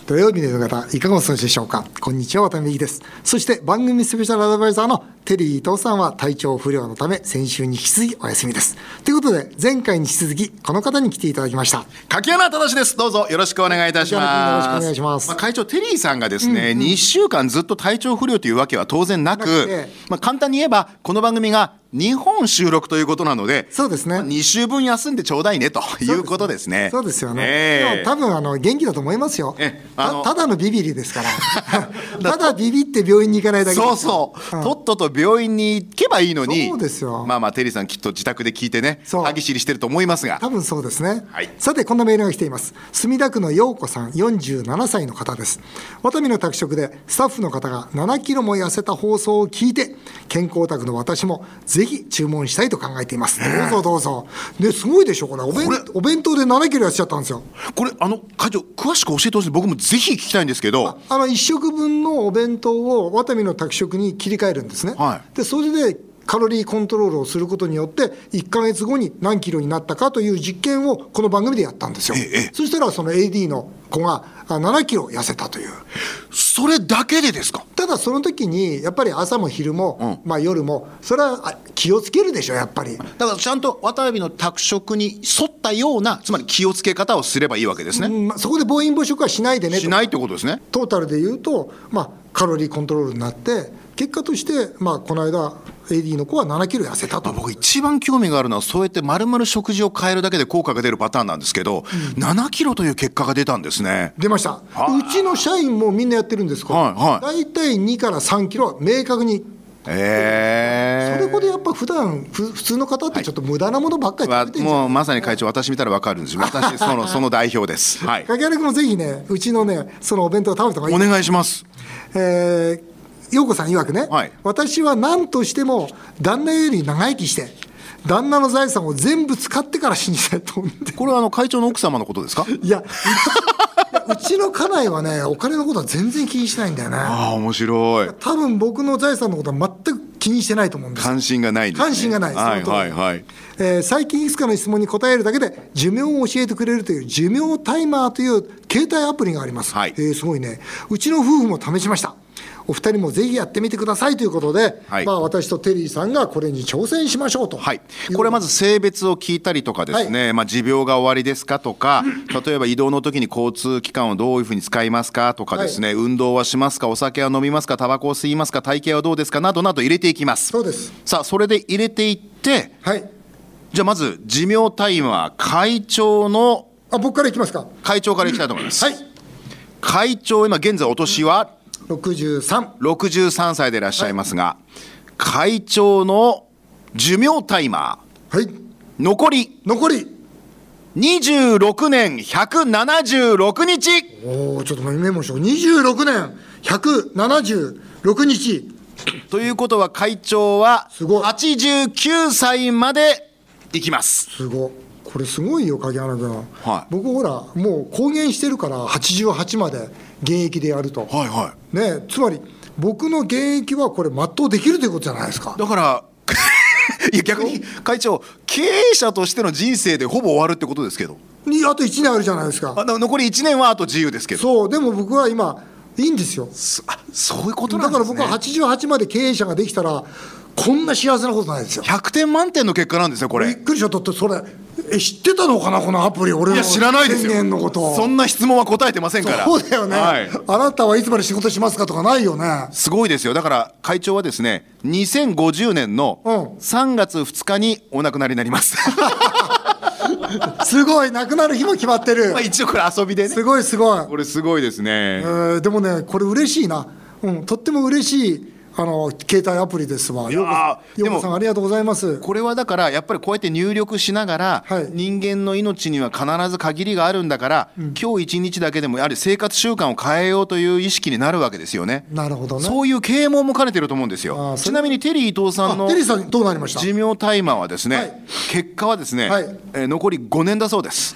土曜日の夕方いかがお過ごしでしょうか。こんにちは、渡辺美希です。そして番組スペシャルアドバイザーのテリー伊藤さんは体調不良のため先週に引き続きお休みです。ということで前回に引き続きこの方に来ていただきました。 柿原忠です。どうぞよろしくお願いいたします。 よろしくお願いします。 会長テリーさんがですね、2週間ずっと体調不良というわけは当然なく、簡単に言えばこの番組が2本収録ということなので、 そうですね、 2週分休んでちょうだいねということですね。 そうですよね。多分元気だと思いますよ。ただのビビリですからただビビって病院に行かないだけです。 そう、とっとと病院に行けばいいのに。 そうですよ。 テリーさんきっと自宅で聞いてね、歯ぎしりしてると思いますが、 多分そうですね、 はい。 さてこんなメールが来ています。墨田区の陽子さん、47歳の方です。ワタミの宅食でスタッフの方が7キロも痩せた放送を聞いて、健康オタクの私もぜひ注文したいと考えています。どうぞどうぞ。ですごいでしょこれ。お弁当で7キロ痩せちゃったんですよ。これ会長詳しく教えてほしい。僕もぜひ聞きたいんですけど、 1食分のお弁当をワタミの宅食に切り替えるんですね、はい。でそれでカロリーコントロールをすることによって1ヶ月後に何キロになったかという実験をこの番組でやったんですよ。そしたらその AD の子が7キロ痩せたという。 それだけでですか？ ただその時にやっぱり朝も昼も、夜もそれは気をつけるでしょやっぱり。 だからちゃんと渡辺の宅食に沿ったような、つまり気をつけ方をすればいいわけですね。 そこで暴飲暴食はしないでねと。 しないってことですね。 トータルで言うと、カロリーコントロールになって結果として、この間 AD の子は7キロ痩せたと。 僕一番興味があるのはそうやって丸々食事を変えるだけで効果が出るパターンなんですけど、7キロという結果が出たんですね。 出ました。うちの社員もみんなやってるんですけど、大体2から3キロは明確に。それほどやっぱ普段普通の方ってちょっと無駄なものばっかり食べてるんじゃないですか。 もうまさに会長、私見たら分かるんです。私その代表です。 柿原君もぜひね、うちのねそのお弁当を食べた方がいい。 お願いします。 陽子さん曰くね、私は何としても旦那より長生きして旦那の財産を全部使ってから死にたいと思って。 これは会長の奥様のことですか？ いやうちの家内はねお金のことは全然気にしないんだよね。 面白い。 多分僕の財産のことは全く気にしてないと思うんです。 関心がないですね。 関心がない。最近いくつかの質問に答えるだけで寿命を教えてくれるという寿命タイマーという携帯アプリがあります。すごいね。うちの夫婦も試しました。お二人もぜひやってみてくださいということで、私とテリーさんがこれに挑戦しましょうと。 これまず性別を聞いたりとかですね、持病がおありですかとか、例えば移動の時に交通機関をどういうふうに使いますかとかですね、運動はしますか、お酒は飲みますか、タバコを吸いますか、体型はどうですかなどなど入れていきます。 そうです。 さあそれで入れていって、じゃあまず寿命タイマー会長の僕からいきますか。 会長からいきたいと思います。会長今現在お年は 63 歳でいらっしゃいますが、会長の寿命タイマー、残り26年176日。 ちょっとメモしよう。26年176日ということは会長は89歳まで生きます。 すごい。これすごいよ柿原君、僕ほらもう公言してるから88まで現役でやると、つまり僕の現役はこれ全うできるということじゃないですか。 だからいや逆に会長、経営者としての人生でほぼ終わるってことですけど、 あと1年あるじゃないですか。 残り1年はあと自由ですけど。 そう。でも僕は今いいんですよ。 そういうことなんですね。 だから僕は88まで経営者ができたらこんな幸せなことないですよ。 100点満点の結果なんですよこれ。 びっくりしちゃったって。それ知ってたのかなこのアプリ。俺の。 いや知らないですよ。 宣言のこと。 そんな質問は答えてませんから。 そうだよね、あなたはいつまで仕事しますかとかないよね。 すごいですよ。だから会長はですね、2050年の3月2日にお亡くなりになりますすごい。亡くなる日も決まってる。 一応これ遊びでね。 すごいすごい。 これすごいですね。 でもねこれ嬉しいな。とっても嬉しい携帯アプリですわ。陽子さんありがとうございます。 これはだからやっぱりこうやって入力しながら、人間の命には必ず限りがあるんだから、今日一日だけでもやはり生活習慣を変えようという意識になるわけですよね。 なるほどね。 そういう啓蒙も兼ねてると思うんですよ。ちなみにテリー伊藤さんのテリーさんどうなりました？ 寿命タイマーはですね、結果はですね、残り5年だそうです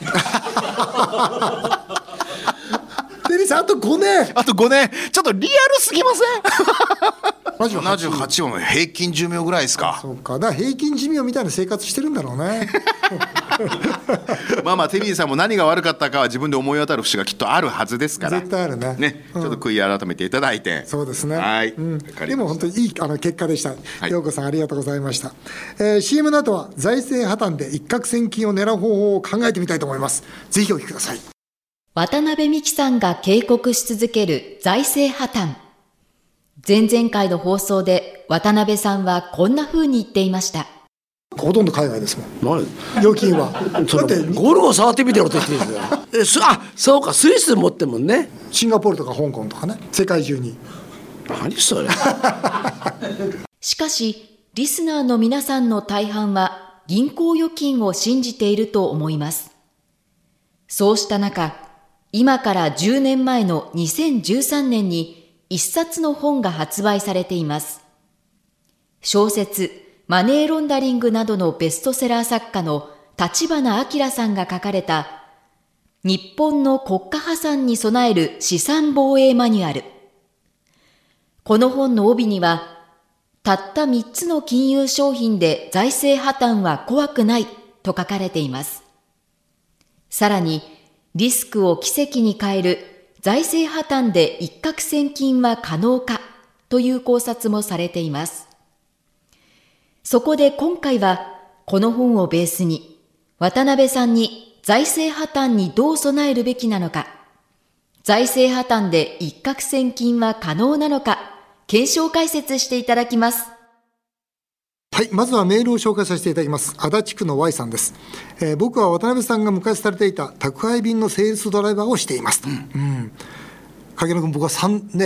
テリーさんあと5年。 ちょっとリアルすぎません 78は平均寿命ぐらいですか。 そうか、だから平均寿命みたいな生活してるんだろうねまあテリーさんも何が悪かったかは自分で思い当たる節がきっとあるはずですから絶対あるね。 ちょっと悔い改めていただいて。 そうですね。 はい、 でも本当にいい結果でした。 はい、 陽子さんありがとうございました。CM の後は財政破綻で一攫千金を狙う方法を考えてみたいと思います。ぜひお聞きください。 渡辺美樹さんが警告し続ける財政破綻。前々回の放送で渡辺さんはこんな風に言っていました。 ほとんど海外ですもん。預金は。 だってゴルゴ触ってみてろと言ってるんですよ。そうか、スイスで持ってるもんね。 シンガポールとか香港とかね、世界中に。 何それしかしリスナーの皆さんの大半は銀行預金を信じていると思います。そうした中、今から10年前の2013年に一冊の本が発売されています。小説マネーロンダリングなどのベストセラー作家の立花明さんが書かれた日本の国家破産に備える資産防衛マニュアル。この本の帯には、たった3つの金融商品で財政破綻は怖くないと書かれています。さらに、リスクを奇跡に変える財政破綻で一攫千金は可能かという考察もされています。そこで今回はこの本をベースに渡辺さんに財政破綻にどう備えるべきなのか、財政破綻で一攫千金は可能なのか検証解説していただきます。 はい、まずはメールを紹介させていただきます。足立区の Y さんです。僕は渡辺さんが昔されていた宅配便のセールスドライバーをしていますと。影野君、僕は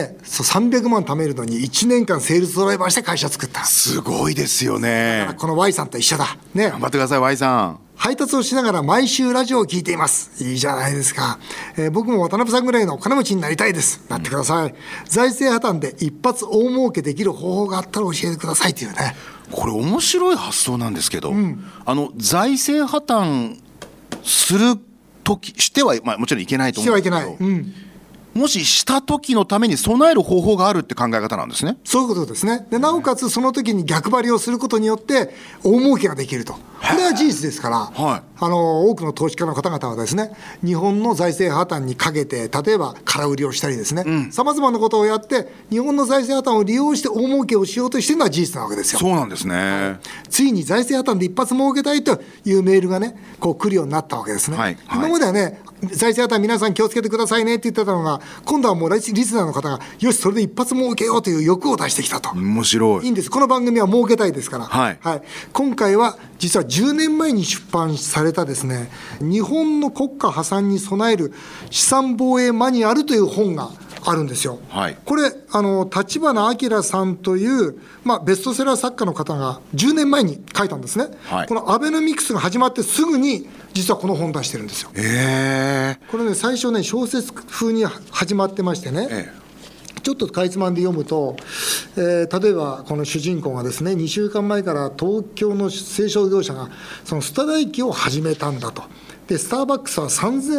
300万貯めるのに1年間セールスドライバーして会社作った。 すごいですよね。 この Y さんと一緒だね。 頑張ってください Y さん。 配達をしながら毎週ラジオを聞いています。いいじゃないですか。僕も渡辺さんぐらいのお金持ちになりたいです。なってください。財政破綻で一発大儲けできる方法があったら教えてくださいというね。 これ面白い発想なんですけど、財政破綻するときしては、もちろんいけないと思うんですけど、 してはいけない。 もしした時のために備える方法があるって考え方なんですね。 そういうことですね。でなおかつその時に逆張りをすることによって大儲けができると。これは事実ですから、多くの投資家の方々はですね、日本の財政破綻にかけて、例えば空売りをしたりですね、さまざまなことをやって日本の財政破綻を利用して大儲けをしようとしているのは事実なわけですよ。 そうなんですね。 ついに財政破綻で一発儲けたいというメールがね、こう来るようになったわけですね。今まではね、財政破綻皆さん気をつけてくださいねって言ってたのが、今度はもうリスナーの方がよしそれで一発儲けようという欲を出してきたと。 面白い。 いいんです。この番組は儲けたいですから、今回は実は10年前に出版されたですね、日本の国家破産に備える資産防衛マニュアルという本があるんですよ。これ立花明さんという、ベストセラー作家の方が10年前に書いたんですね。このアベノミクスが始まってすぐに実はこの本出してるんですよ。これね、最初ね小説風に始まってましてね、ちょっとかいつまんで読むと、例えばこの主人公がですね、2週間前から東京の製商業者がそのスタダイキを始めたんだと。でスターバックスは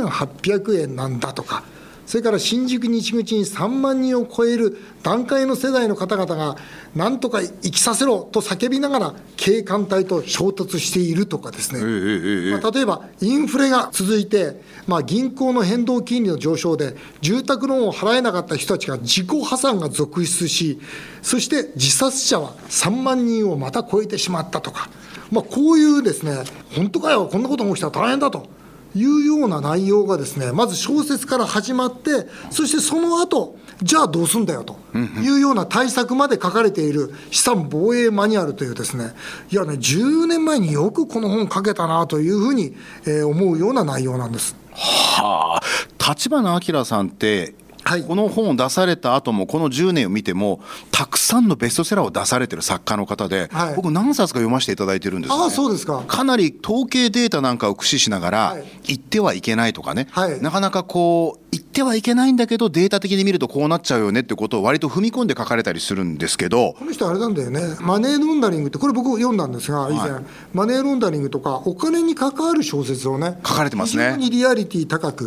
3800円なんだとか、それから新宿西口に3万人を超える団塊の世代の方々がなんとか生きさせろと叫びながら警官隊と衝突しているとかですね、例えばインフレが続いて、銀行の変動金利の上昇で住宅ローンを払えなかった人たちが自己破産が続出し、そして自殺者は3万人をまた超えてしまったとか、こういうですね、本当かよこんなことが起きたら大変だというような内容がですね、まず小説から始まって、そしてその後じゃあどうすんだよというような対策まで書かれている資産防衛マニュアルというですね、いやね、10年前によくこの本書けたなというふうに思うような内容なんです。 立花明さんってこの本を出された後もこの10年を見てもたくさんのベストセラーを出されてる作家の方で、僕何冊か読ませていただいてるんですよね。 そうですか。 かなり統計データなんかを駆使しながら、言ってはいけないとかね、なかなかこう言ってはいけないんだけどデータ的に見るとこうなっちゃうよねってことを割と踏み込んで書かれたりするんですけど、 この人あれなんだよね、マネーロンダリングって、これ僕読んだんですが以前、マネーロンダリングとかお金に関わる小説をね書かれてますね。 非常にリアリティ高く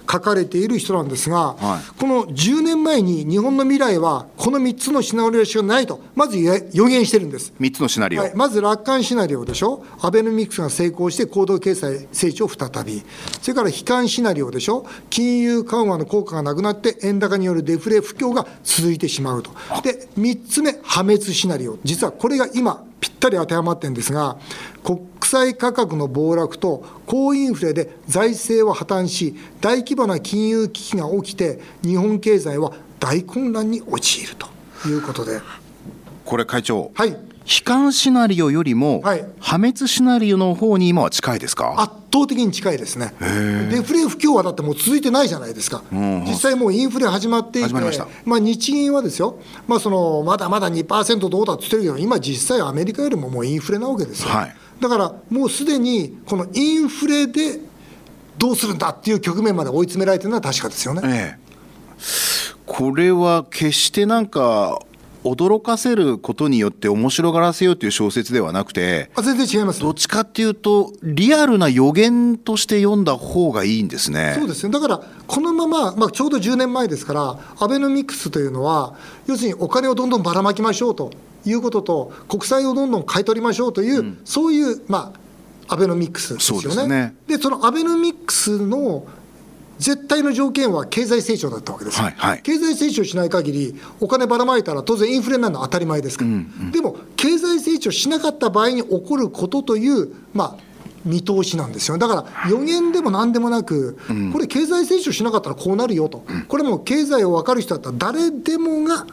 書かれている人なんですが、 はい、 この10年前に日本の未来はこの3つのシナリオしかないとまず予言してるんです。 3つのシナリオ、 はい、まず楽観シナリオでしょ、アベノミクスが成功して高度経済成長再び、それから悲観シナリオでしょ、金融緩和の効果がなくなって円高によるデフレ不況が続いてしまうと。で3つ目、破滅シナリオ、実はこれが今ぴったり当てはまってるんですが、国債価格の暴落と高インフレで財政は破綻し、大規模な金融危機が起きて日本経済は大混乱に陥るということで、 これ会長、 はい、 悲観シナリオよりも、 はい、 破滅シナリオの方に今は近いですか？ 圧倒的に近いですね。デフレ不況はだってもう続いてないじゃないですか。実際もうインフレ始まっていて、日銀はですよ、まだまだ 2% どうだって言ってるけど、今実際アメリカよりももうインフレなわけですよ。はい、だからもうすでにこのインフレでどうするんだっていう局面まで追い詰められてるのは確かですよね。 これは決してなんか驚かせることによって面白がらせようという小説ではなくて、 全然違います。 どっちかっていうとリアルな予言として読んだ方がいいんですね。 そうですね。だからこのまま、ちょうど10年前ですからアベノミクスというのは要するにお金をどんどんばらまきましょうということと、国債をどんどん買い取りましょうという、そういうアベノミクスですよね。 そうですね。 でそのアベノミクスの絶対の条件は経済成長だったわけですよ。はいはい、経済成長しない限りお金ばらまいたら当然インフレになるのは当たり前ですから、でも経済成長しなかった場合に起こることという、見通しなんですよ。だから予言でも何でもなく、これ経済成長しなかったらこうなるよと、これもう経済を分かる人だったら誰でもが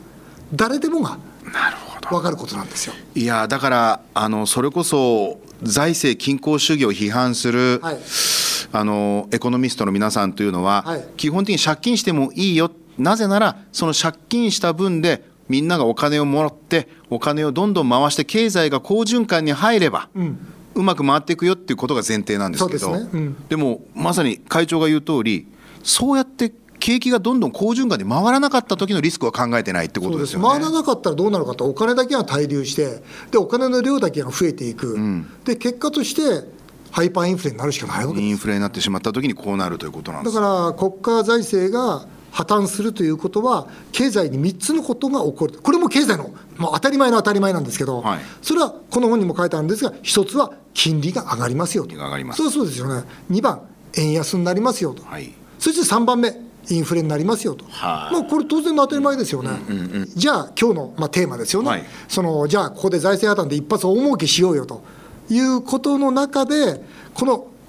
分かることなんですよ。 いやだからそれこそ財政均衡主義を批判する、はい、エコノミストの皆さんというのは、はい、基本的に借金してもいいよ、なぜならその借金した分でみんながお金をもらってお金をどんどん回して経済が好循環に入れば、うまく回っていくよっていうことが前提なんですけど、そうですね。でもまさに会長が言う通り、そうやって景気がどんどん好循環で回らなかった時のリスクは考えてないってことですよね。 回らなかったらどうなるかと、お金だけが滞留して、でお金の量だけが増えていく、で結果としてハイパーインフレになるしかないわけです。 インフレになってしまった時にこうなるということなんです。 だから国家財政が破綻するということは経済に3つのことが起こる。これも経済の当たり前の当たり前なんですけど、はい、それはこの本にも書いてあるんですが、1つは金利が上がりますよと。そうですよね。2番円安になりますよと、はい、そして3番目インフレになりますよと、これ当然の当たり前ですよね。じゃあ今日のテーマですよね、はい、じゃあここで財政破綻で一発大儲けしようよということの中で、この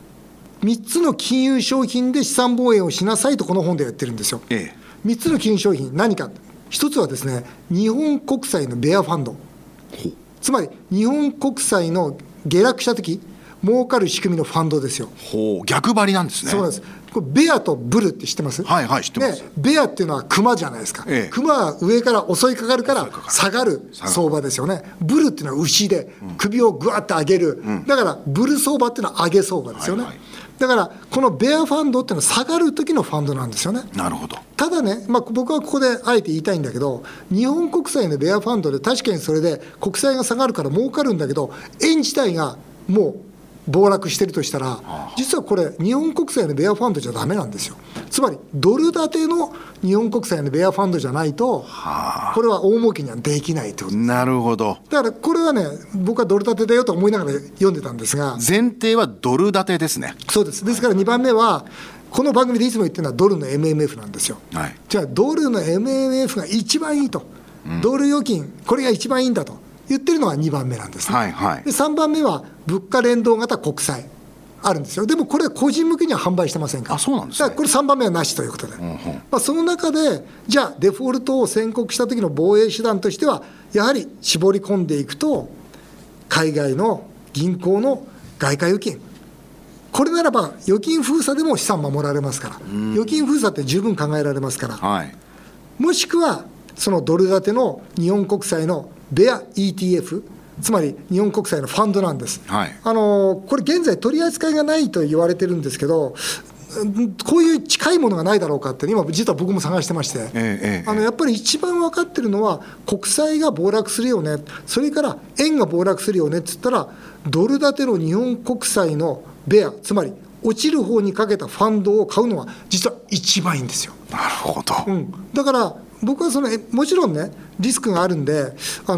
3つの金融商品で資産防衛をしなさいとこの本でやってるんですよ。3つの金融商品何か、1つはですね、日本国債のベアファンド、つまり日本国債の下落したとき儲かる仕組みのファンドですよ。 逆張りなんですね。 そうなんです。これベアとブルって知ってます？ はいはい、知ってます。 ベアっていうのはクマじゃないですか。クマは上から襲いかかるから下がる相場ですよね。ブルっていうのは牛で首をぐわっと上げる、だからブル相場っていうのは上げ相場ですよね。だからこのベアファンドっていうのは下がる時のファンドなんですよね。 なるほど。 ただね、僕はここであえて言いたいんだけど、日本国債のベアファンドで確かにそれで国債が下がるから儲かるんだけど、円自体がもう暴落してるとしたら、実はこれ日本国債のベアファンドじゃダメなんですよ。つまりドル建ての日本国債のベアファンドじゃないと、これは大儲けにはできないってことです。 なるほど。 だからこれはね、僕はドル建てだよと思いながら読んでたんですが、 前提はドル建てですね。 そうです。ですから2番目はこの番組でいつも言ってるのはドルの MMF なんですよ、はい、じゃあドルの MMF が一番いいと、ドル預金これが一番いいんだと言ってるのが2番目なんですね、はいはい、で3番目は物価連動型国債あるんですよ。でもこれは個人向けには販売してませんから。 あ、そうなんですね。 だからこれ3番目はなしということで、その中でじゃあデフォルトを宣告した時の防衛手段としてはやはり絞り込んでいくと海外の銀行の外貨預金、これならば預金封鎖でも資産守られますから、預金封鎖って十分考えられますから、はい、もしくはそのドル建ての日本国債のベア ETF、つまり日本国債のファンドなんです、はい、これ現在取り扱いがないと言われてるんですけど、こういう近いものがないだろうかって今実は僕も探してまして、やっぱり一番分かってるのは国債が暴落するよね、それから円が暴落するよねって言ったらドル建ての日本国債のベア、つまり落ちる方にかけたファンドを買うのは実は一番いいんですよ。 なるほど、 だから僕はもちろんねリスクがあるんで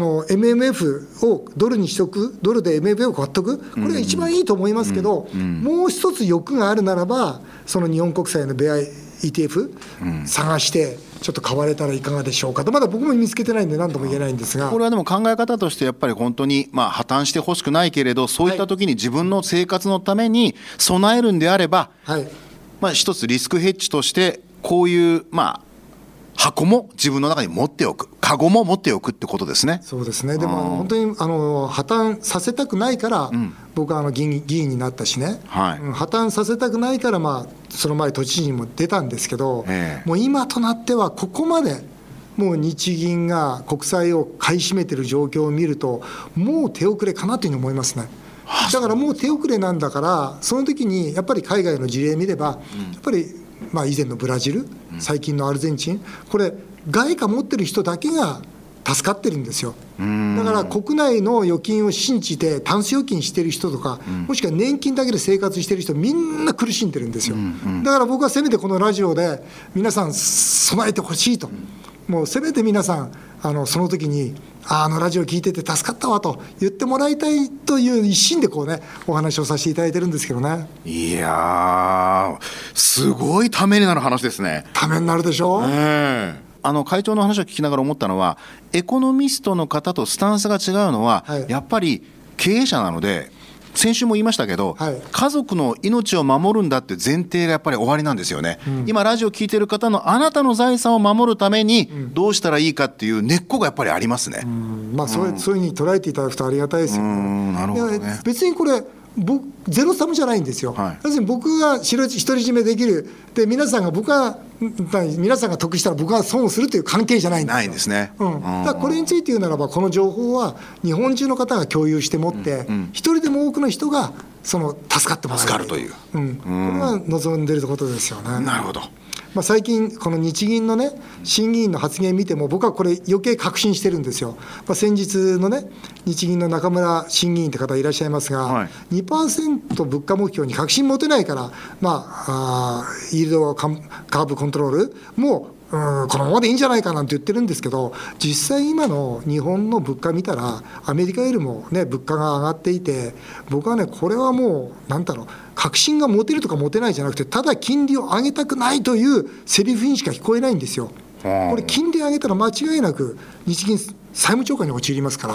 MMF をドルにしとく、ドルで MMF を買っとく、これが一番いいと思いますけど、もう一つ欲があるならばその日本国債の米愛 ETF 探してちょっと買われたらいかがでしょうかと。まだ僕も見つけてないんで何とも言えないんですが、 これはでも考え方としてやっぱり本当に破綻してほしくないけれど、そういった時に自分の生活のために備えるんであれば、一つリスクヘッジとしてこういう箱も自分の中に持っておく、カゴも持っておくってことですね。 そうですね。でも本当に破綻させたくないから、僕は議員になったしね、破綻させたくないからその前都知事にも出たんですけど、もう今となってはここまでもう日銀が国債を買い占めてる状況を見るともう手遅れかなというふうに思いますね。だからもう手遅れなんだから、その時にやっぱり海外の事例見れば、やっぱり以前のブラジル、最近のアルゼンチン、これ外貨持ってる人だけが助かってるんですよ。だから国内の預金を信じてタンス預金してる人とか、もしくは年金だけで生活してる人みんな苦しんでるんですよ。だから僕はせめてこのラジオで皆さん備えてほしいと、もうせめて皆さんその時にラジオ聞いてて助かったわと言ってもらいたいという一心でお話をさせていただいてるんですけどね。 いやー、すごいためになる話ですね。 ためになるでしょ。 会長の話を聞きながら思ったのは、エコノミストの方とスタンスが違うのは、やっぱり経営者なので、先週も言いましたけど、家族の命を守るんだって前提がやっぱり終わりなんですよね。今ラジオ聞いてる方のあなたの財産を守るためにどうしたらいいかっていう根っこがやっぱりありますね。 そういうふうに捉えていただくとありがたいですよね。 なるほどね。 別にこれゼロサムじゃないんですよ。要するに僕が独り占めできるで、皆さんが得したら僕が損をするという関係じゃないんですよ。 ないですね。 だからこれについて言うならば、この情報は日本中の方が共有して持って、一人でも多くの人が助かってもらえる、 助かるという、これは望んでいることですよね。 なるほど。 最近この日銀のね審議員の発言見ても僕はこれ余計確信してるんですよ。先日のね日銀の中村審議員って方いらっしゃいますが、2% 物価目標に確信持てないから、イールドカーブコントロールもこのままでいいんじゃないかなんて言ってるんですけど、実際今の日本の物価見たらアメリカよりもね物価が上がっていて、僕はねこれはもう確信が持てるとか持てないじゃなくて、ただ金利を上げたくないというセリフにしか聞こえないんですよ。これ金利上げたら間違いなく日銀債務超過に陥りますから、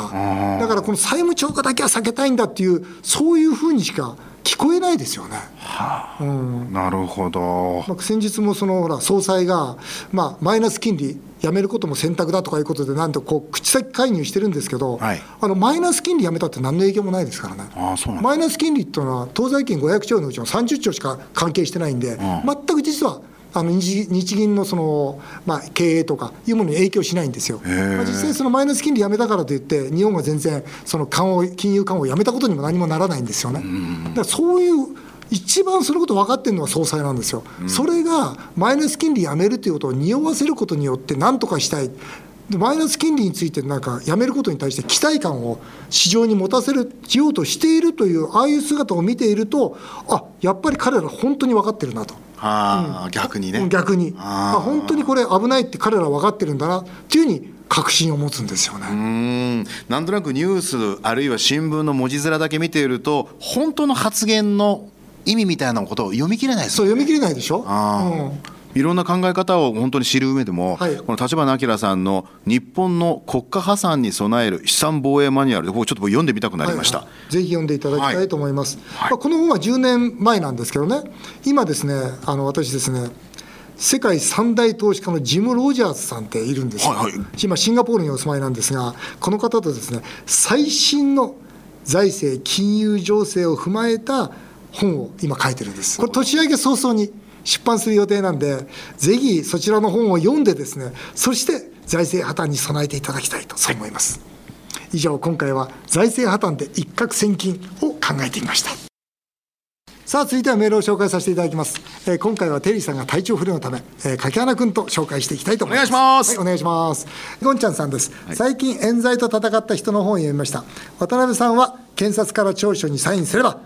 だからこの債務超過だけは避けたいんだっていう、そういうふうにしか聞こえないですよね。 なるほど。 先日も総裁が、マイナス金利やめることも選択だとかいうことでなんと口先介入してるんですけど、マイナス金利やめたって何の影響もないですからね。マイナス金利っていうのは当座預金500兆のうちの30兆しか関係してないんで、全く実は日銀の経営とかいうものに影響しないんですよ。実際マイナス金利やめたからといって日本が全然金融緩和をやめたことにも何もならないんですよね。だからそういう一番そのこと分かってるのは総裁なんですよ。それがマイナス金利やめるということを匂わせることによって何とかしたい。マイナス金利についてやめることに対して期待感を市場に持たせようとしているというああいう姿を見ていると、やっぱり彼ら本当に分かってるなと。 逆にね。 逆に本当にこれ危ないって彼らは分かってるんだなっていうふうに確信を持つんですよね。 なんとなくニュースあるいは新聞の文字面だけ見ていると本当の発言の意味みたいなことを読み切れないですよね。そう読み切れないでしょ。 いろんな考え方を本当に知る上でも、この立花明さんの日本の国家破産に備える資産防衛マニュアルでちょっと読んでみたくなりました。 ぜひ読んでいただきたいと思います。この本は10年前なんですけどね、今ですね私ですね世界三大投資家のジム・ロジャーズさんっているんですよ。今シンガポールにお住まいなんですが、この方とですね最新の財政金融情勢を踏まえた本を今書いてるんです。これ年明け早々に出版する予定なんで、ぜひそちらの本を読んでですね、そして財政破綻に備えていただきたいとそう思います。以上、今回は財政破綻で一攫千金を考えてみました。さあ続いてはメールを紹介させていただきます。今回はテリーさんが体調不良のため、柿花君と紹介していきたいと思います。 お願いします。 お願いします。ゴンちゃんさんです。最近冤罪と戦った人の本を読みました。渡辺さんは検察から調書にサインすれば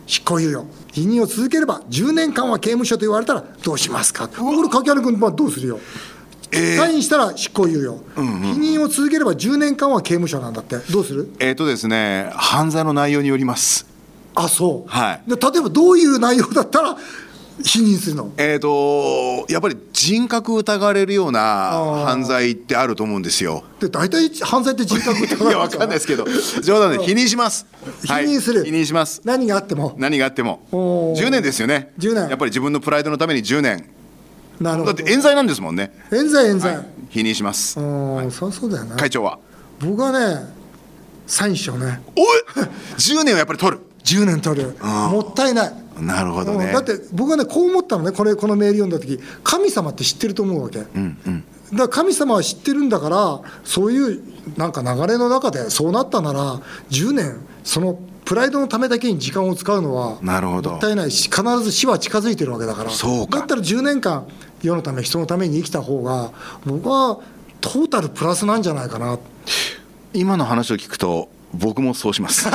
執行猶予。否認を続ければ10年間は刑務所と言われたらどうしますか。これ柿原君はどうするよ。サインしたら執行猶予、否認を続ければ10年間は刑務所なんだって。どうする？ ですね、犯罪の内容によります。 あ、そう、 はい。 で例えばどういう内容だったら否認するの？ やっぱり人格疑われるような犯罪ってあると思うんですよ。 で大体犯罪って人格疑われるいや、わかんないですけど、冗談で否認します。 否認する、 はい、否認します。 何があっても 10年ですよね。 10年。 やっぱり自分のプライドのために10年。 なるほど。 だって冤罪なんですもんね。 冤罪、冤罪、 はい、否認します。 そうだよね。 会長は？ 僕はね、サインしようね。 おい10年はやっぱり取る。 10年取る。もったいない。 なるほどね。 だって僕はね、こう思ったのね、このメール読んだ時、神様って知ってると思うわけ、だから神様は知ってるんだから、そういうなんか流れの中でそうなったなら10年そのプライドのためだけに時間を使うのはもったいないし、必ず死は近づいてるわけだから。 そうか。 だったら10年間世のため人のために生きた方が僕はトータルプラスなんじゃないかな。 今の話を聞くと僕もそうします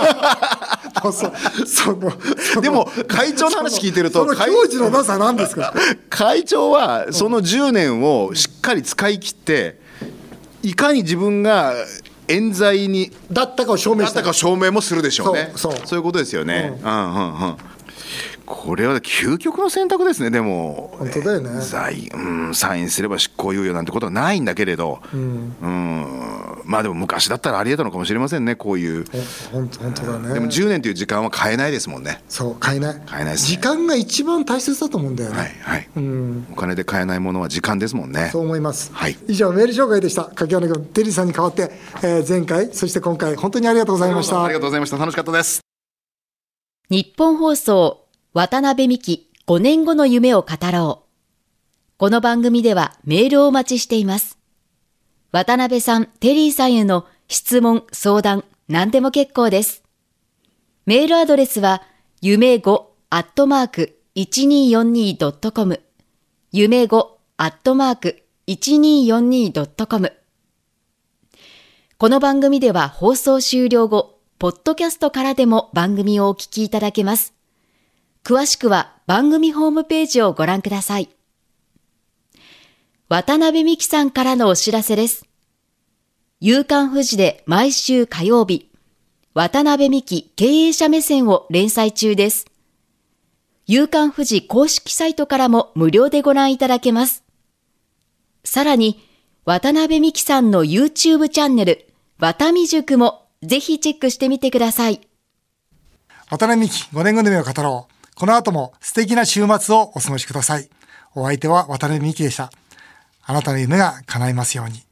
でも会長の話聞いてると、 その教授のなさなんですか。 会長はその10年をしっかり使い切って、いかに自分が冤罪にだったかを証明した。 だったかを証明もするでしょうね。 そういうことですよね。これは究極の選択ですね。でも本当だよね。 サインすれば執行猶予なんてことはないんだけれど、まあでも昔だったらありえたのかもしれませんね、こういう。 本当だね。 でも10年という時間は買えないですもんね。 そう、買えないですね。 時間が一番大切だと思うんだよね。 はい、お金で買えないものは時間ですもんね。 そう思います、 はい、 以上メール紹介でした。柿原君、テリーさんに代わって、前回そして今回本当にありがとうございました。 ありがとうございました。楽しかったです。 日本放送渡辺美希5年後の夢を語ろう。この番組ではメールをお待ちしています。渡辺さん、テリーさんへの質問、相談、何でも結構です。メールアドレスは夢5@1242.com 夢5@1242.com。 この番組では放送終了後、ポッドキャストからでも番組をお聞きいただけます。詳しくは番組ホームページをご覧ください。渡辺美希さんからのお知らせです。夕刊フジで毎週火曜日、渡辺美希経営者目線を連載中です。夕刊フジ公式サイトからも無料でご覧いただけます。さらに、渡辺美希さんの YouTube チャンネル、渡美塾もぜひチェックしてみてください。 渡辺美希5年後の夢を語ろう。この後も素敵な週末をお過ごしください。お相手は渡辺美希でした。あなたの夢が叶いますように。